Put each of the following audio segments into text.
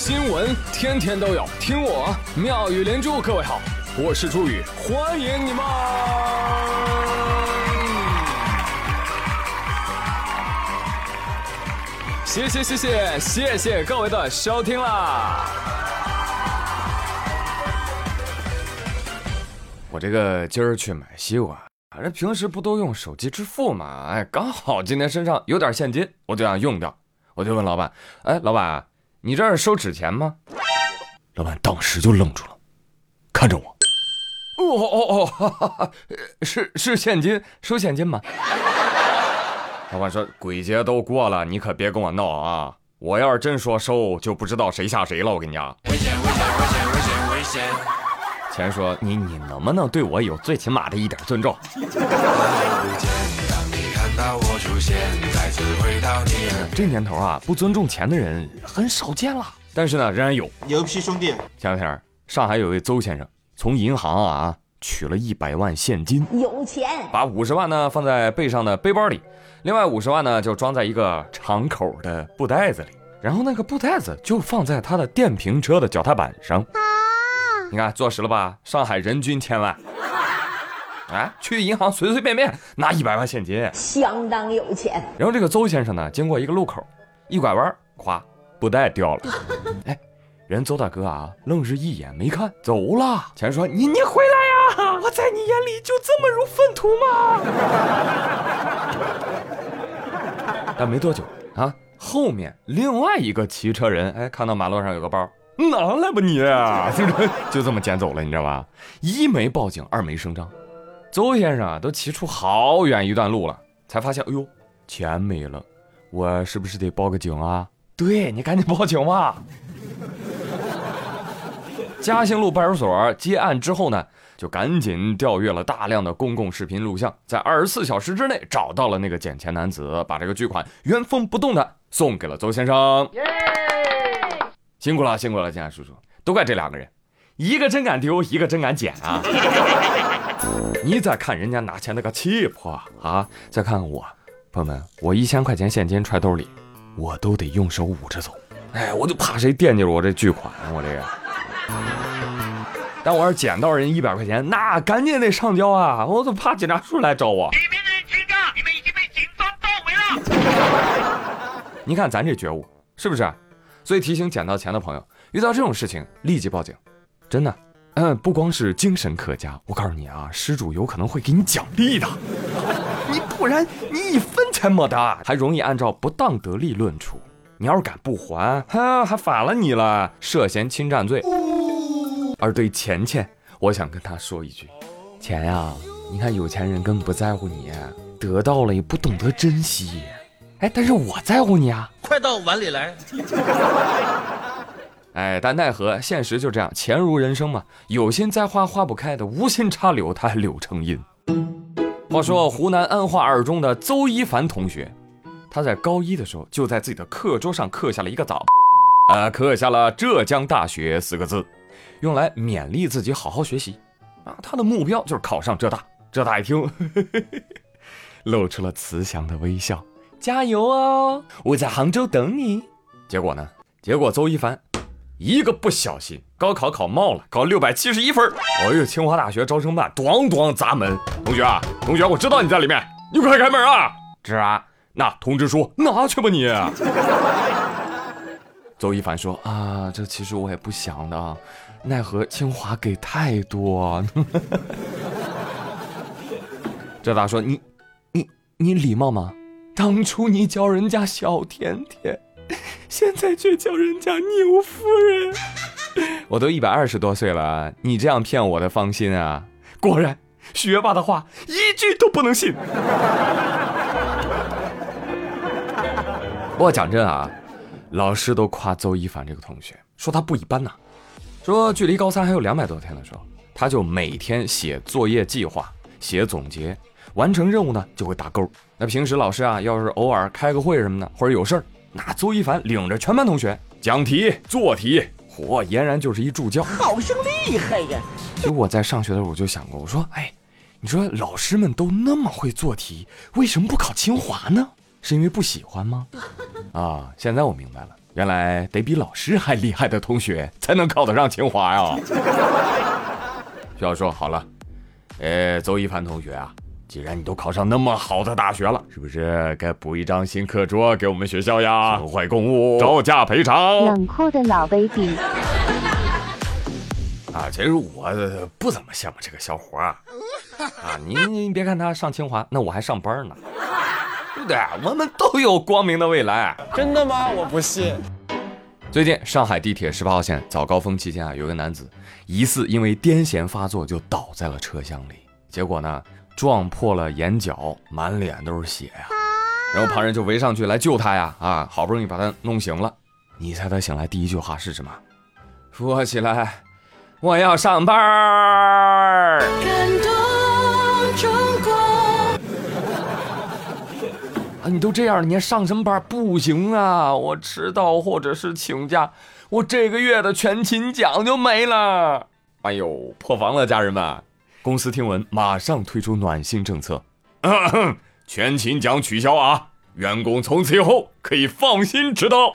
新闻天天都有，听我妙语连珠。各位好，我是朱宇，欢迎你们。谢谢各位的收听啦！我这个今儿去买西瓜，反正平时不都用手机支付嘛？哎，刚好今天身上有点现金，我就想用掉，我就问老板：“哎，老板，你这儿收纸钱吗？”老板当时就愣住了，看着我：“是现金，收现金吗？”老板说：“鬼节都过了，你可别跟我闹啊！我要是真说收，就不知道谁吓谁了。我跟你讲，危险！钱说你能不能对我有最起码的一点尊重？这年头啊，不尊重钱的人很少见了，但是呢，仍然有。 牛批兄弟！ 前两天上海有位邹先生从银行啊取了100万现金， 有钱， 把50万呢放在背上的背包里，另外50万呢就装在一个敞口的布袋子里，然后那个布袋子就放在他的电瓶车的脚踏板上。你看坐实了吧？上海人均1000万，哎，去银行随随便便拿100万现金， 相当有钱。然后这个邹先生呢，经过一个路口，一拐弯，咵，布袋掉了。哎，人邹大哥啊，愣是一眼没看，走了。钱说：“你回来呀！我在你眼里就这么如粪土吗？”但没多久啊，后面另外一个骑车人，哎，看到马路上有个包。拿来吧你，就这么捡走了，你知道吧？一没报警，二没声张。邹先生啊，都骑出好远一段路了，才发现，哎呦，钱没了，我是不是得报个警啊？对，你赶紧报警吧。嘉兴路派出所接案之后呢，就赶紧调阅了大量的公共视频录像，在24小时之内找到了那个捡钱男子，把这个巨款原封不动的送给了邹先生。辛苦了，金安叔叔，都怪这2个人，一个真敢丢，一个真敢捡啊！你再看人家拿钱那个气魄啊，再看我，朋友们，我1000块钱现金揣兜里，我都得用手捂着走，哎，我就怕谁惦记着我这巨款，我这个。但我要是捡到人100块钱，那赶紧得上交啊，我都怕警察叔来找我。 里面的人请假，你们已经被警方包围了。你看咱这觉悟是不是？所以提醒捡到钱的朋友，遇到这种事情立即报警，真的，不光是精神可嘉，我告诉你啊，失主有可能会给你奖励的，你不然你1分钱没得，还容易按照不当得利论处，你要是敢不还，还罚了你了，涉嫌侵占罪。而对钱，我想跟他说一句，钱呀，你看有钱人根本不在乎你，得到了也不懂得珍惜。哎，但是我在乎你啊！ 快到碗里来。 哎，但奈何现实就这样，钱如人生嘛，有心栽花花不开的，无心插柳它还柳成荫。话说湖南安化2中的邹一凡同学，他在高1的时候就在自己的课桌上刻下了一个枣，刻下了浙江大学4个字，用来勉励自己好好学习啊。他的目标就是考上浙大。浙大一听，露出了慈祥的微笑。加油哦，我在杭州等你。结果邹一凡一个不小心，高考考冒了，考671分。哎呦，清华大学招生办咣咣砸门，同学，我知道你在里面，你快开门啊！是啊，那通知书拿去吧你。邹一凡说啊，这其实我也不想的，奈何清华给太多。浙大说你礼貌吗？当初你叫人家小甜甜，现在却叫人家牛夫人。我都120多岁了，你这样骗我的芳心啊！果然，学霸的话一句都不能信。不过讲真啊，老师都夸邹一凡这个同学，说他不一般呐。说距离高3还有200多天的时候，他就每天写作业计划，写总结。完成任务呢就会打勾。那平时老师啊，要是偶尔开个会什么的，或者有事儿，那邹一凡领着全班同学讲题做题，俨然就是一助教， 好生厉害呀！ 其实我在上学的时候我就想过，我说你说老师们都那么会做题，为什么不考清华呢？是因为不喜欢吗？啊，现在我明白了， 原来得比老师还厉害的同学才能考得上清华呀。学校说好了，邹一凡同学啊，既然你都考上那么好的大学了，是不是该补一张新课桌给我们学校呀？损坏公物，照价赔偿。 冷酷的老 baby。 其实我不怎么羡慕这个小伙啊。你别看他上清华，那我还上班呢，对不对？我们都有光明的未来。 真的吗？我不信。 最近上海地铁18号线早高峰期间有个男子疑似因为癫痫发作就倒在了车厢里，结果呢撞破了眼角，满脸都是血呀。然后旁人就围上去来救他呀，好不容易把他弄醒了。你猜他醒来第一句话是什么？扶我起来，我要上班。感动中国。你都这样了，你还上什么班？不行啊，我迟到或者是请假，我这个月的全勤奖就没了。哎呦，破防了，家人们！公司听闻马上推出暖心政策，全勤奖取消啊，员工从此以后可以放心迟到。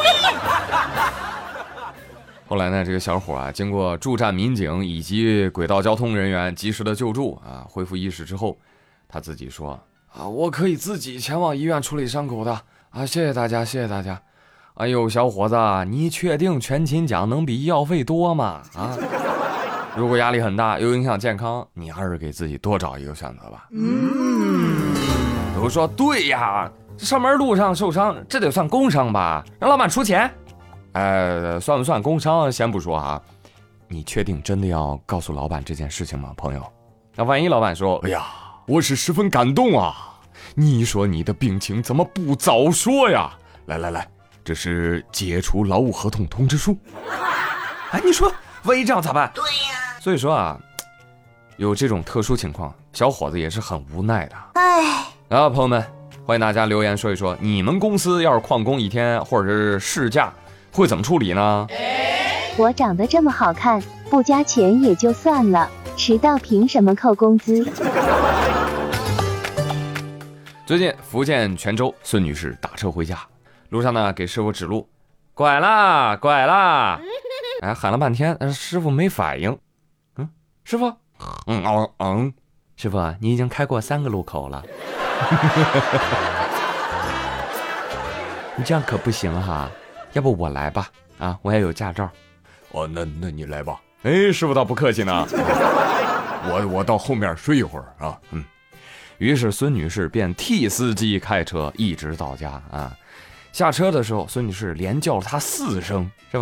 后来呢，这个小伙经过驻站民警以及轨道交通人员及时的救助恢复意识之后，他自己说我可以自己前往医院处理伤口的谢谢大家，谢谢大家。哎呦，小伙子，你确定全勤奖能比医药费多吗？如果压力很大又影响健康，你还是给自己多找一个选择吧。我说对呀，上班路上受伤，这得算工伤吧？让老板出钱。算不算工伤先不说你确定真的要告诉老板这件事情吗，朋友？那万一老板说，哎呀，我是十分感动你说你的病情怎么不早说呀？来，这是解除劳务合同通知书。你说万一这样咋办？对呀。所以说有这种特殊情况，小伙子也是很无奈的。然后朋友们，欢迎大家留言说一说，你们公司要是旷工一天或者是事假会怎么处理呢？ 我长得这么好看，不加钱也就算了，迟到凭什么扣工资？ 最近福建泉州孙女士打车回家，路上呢给师傅指路，拐啦，喊了半天，师傅没反应。师傅，师傅你已经开过3个路口了。你这样可不行要不我来吧，我也有驾照。那你来吧。师傅倒不客气呢。我到后面睡一会儿于是孙女士便替司机开车一直到家下车的时候，孙女士连叫了他4声，师傅，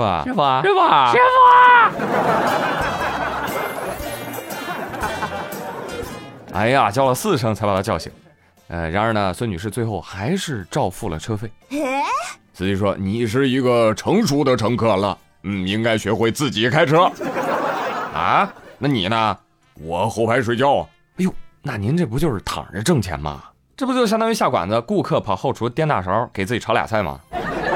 哎呀，叫了4声才把他叫醒。然而呢，孙女士最后还是照付了车费。司机说，你是一个成熟的乘客了，应该学会自己开车。那你呢？我后排睡觉。哎呦，那您这不就是躺着挣钱吗？这不就相当于下馆子，顾客跑后厨颠大勺给自己炒俩菜吗？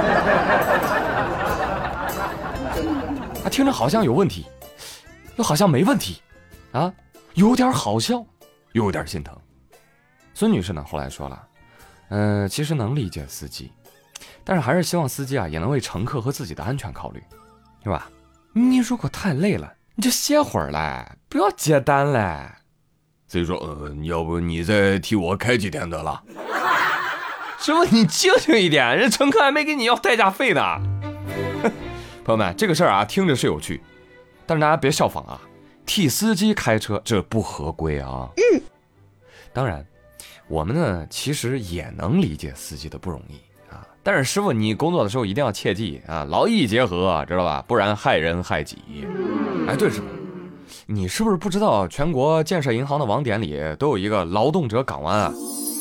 听着好像有问题，又好像没问题有点好笑，又有点心疼。孙女士呢后来说了，其实能理解司机，但是还是希望司机也能为乘客和自己的安全考虑，是吧？你如果太累了，你就歇会儿来，不要接单了。所以说，要不你再替我开几天得了。师傅，你清醒一点，人乘客还没给你要代驾费呢。朋友们，这个事儿听着是有趣，但是大家别效仿替司机开车这不合规当然我们呢其实也能理解司机的不容易但是师傅你工作的时候一定要切记劳逸结合，知道吧？不然害人害己。对，师傅，你是不是不知道全国建设银行的网点里都有一个劳动者港湾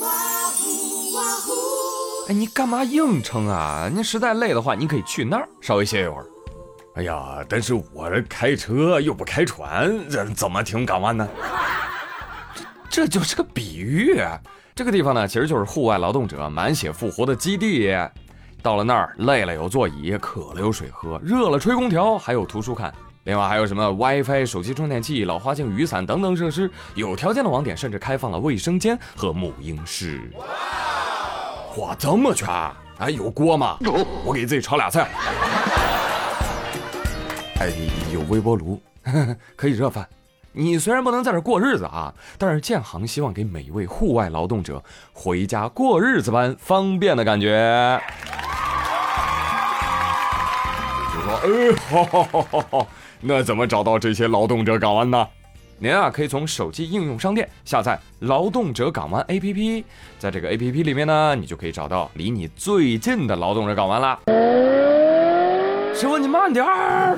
你干嘛硬撑你实在累的话，你可以去那儿稍微歇一会儿。哎呀，但是我这开车又不开船，怎么停港湾呢？这就是个比喻。这个地方呢，其实就是户外劳动者满血复活的基地。到了那儿，累了有座椅，渴了有水喝，热了吹空调，还有图书看。另外还有什么 WiFi、手机充电器、老花镜、雨伞等等设施。有条件的网点甚至开放了卫生间和母婴室。哇，这么全！ 哎，有锅吗？我给自己炒俩菜。哎，有微波炉，可以热饭。你虽然不能在这过日子啊，但是建行希望给每一位户外劳动者回家过日子般方便的感觉。就说，好，那怎么找到这些劳动者港湾呢？您啊，可以从手机应用商店下载劳动者港湾 APP， 在这个 APP 里面呢，你就可以找到离你最近的劳动者港湾啦。师傅，你慢点儿。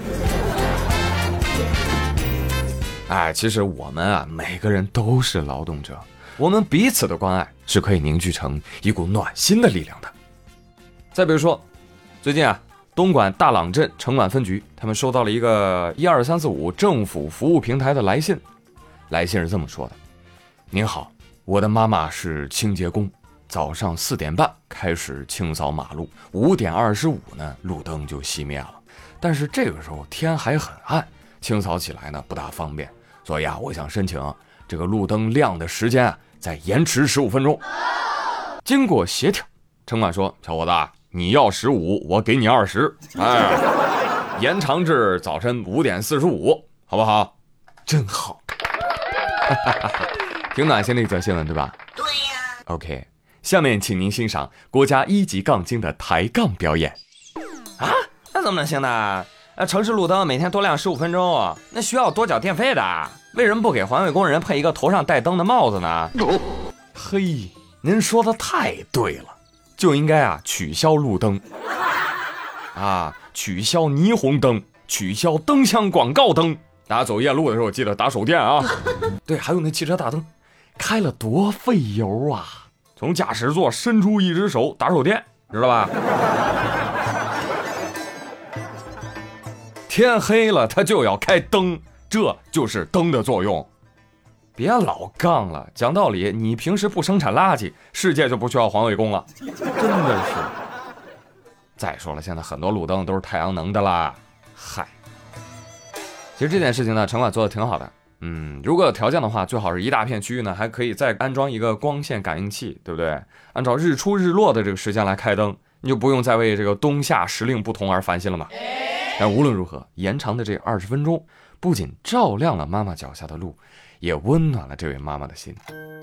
哎，其实我们啊，每个人都是劳动者，我们彼此的关爱是可以凝聚成一股暖心的力量的。再比如说，最近啊，东莞大朗镇城管分局他们收到了一个12345政府服务平台的来信，来信是这么说的：您好，我的妈妈是清洁工，早上4点半开始清扫马路，5点25呢，路灯就熄灭了，但是这个时候天还很暗，清扫起来呢不大方便，所以啊，我想申请这个路灯亮的时间啊再延迟15分钟。经过协调，城管说：小伙子，你要15，我给你20，哎，延长至早晨5点45，好不好？真好，挺暖心的一则新闻，对吧？ 对呀。 OK， 下面请您欣赏国家1级杠精的抬杠表演。 啊，那怎么能行呢？城市路灯每天多亮15分钟，那需要多缴电费的，为什么不给环卫工人配一个头上带灯的帽子呢？ 嘿，您说的太对了，就应该啊取消路灯啊，取消霓虹灯，取消灯箱广告灯。大家走夜路的时候记得打手电啊。对，还有那汽车大灯，开了多费油啊！从驾驶座伸出一只手打手电，知道吧？天黑了，它就要开灯，这就是灯的作用。别老杠了，讲道理，你平时不生产垃圾，世界就不需要环卫工了，真的是。再说了，现在很多路灯都是太阳能的啦。嗨，其实这件事情呢，城管做的挺好的。如果有条件的话，最好是一大片区域呢，还可以再安装一个光线感应器，对不对？按照日出日落的这个时间来开灯，你就不用再为这个冬夏时令不同而烦心了嘛。但无论如何，延长的这20分钟，不仅照亮了妈妈脚下的路，也温暖了这位妈妈的心。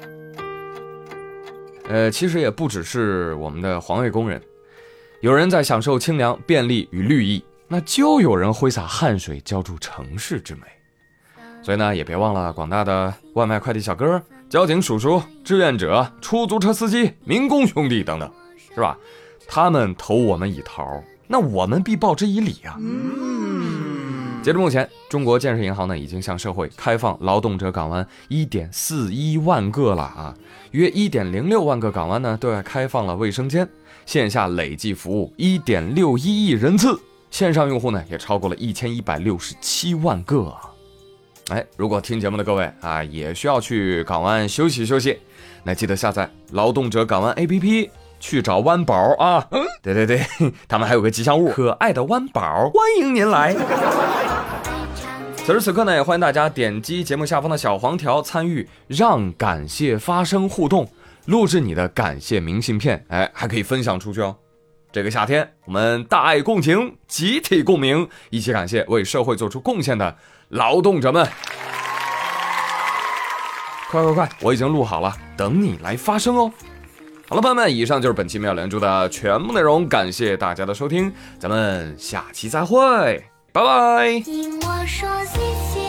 其实也不只是我们的环卫工人，有人在享受清凉、便利与绿意，那就有人挥洒汗水浇筑城市之美。所以呢，也别忘了广大的外卖快递小哥、交警叔叔、志愿者、出租车司机、民工兄弟等等，是吧？他们投我们以桃，那我们必报之以礼啊。截至目前，中国建设银行呢已经向社会开放劳动者港湾 1.41 万个了啊，约 1.06 万个港湾呢对外开放了卫生间，线下累计服务 1.61 亿人次，线上用户呢也超过了1167万个。哎，如果听节目的各位啊也需要去港湾休息休息，那记得下载劳动者港湾 APP去找湾宝啊。对，他们还有个吉祥物，可爱的湾宝，欢迎您来。此时此刻呢，也欢迎大家点击节目下方的小黄条参与让感谢发声互动，录制你的感谢明信片，哎，还可以分享出去哦。这个夏天我们大爱共情，集体共鸣，一起感谢为社会做出贡献的劳动者们。快，我已经录好了，等你来发声哦。好了，朋友们，以上就是本期妙连珠的全部内容，感谢大家的收听，咱们下期再会，拜拜。 听我说谢谢。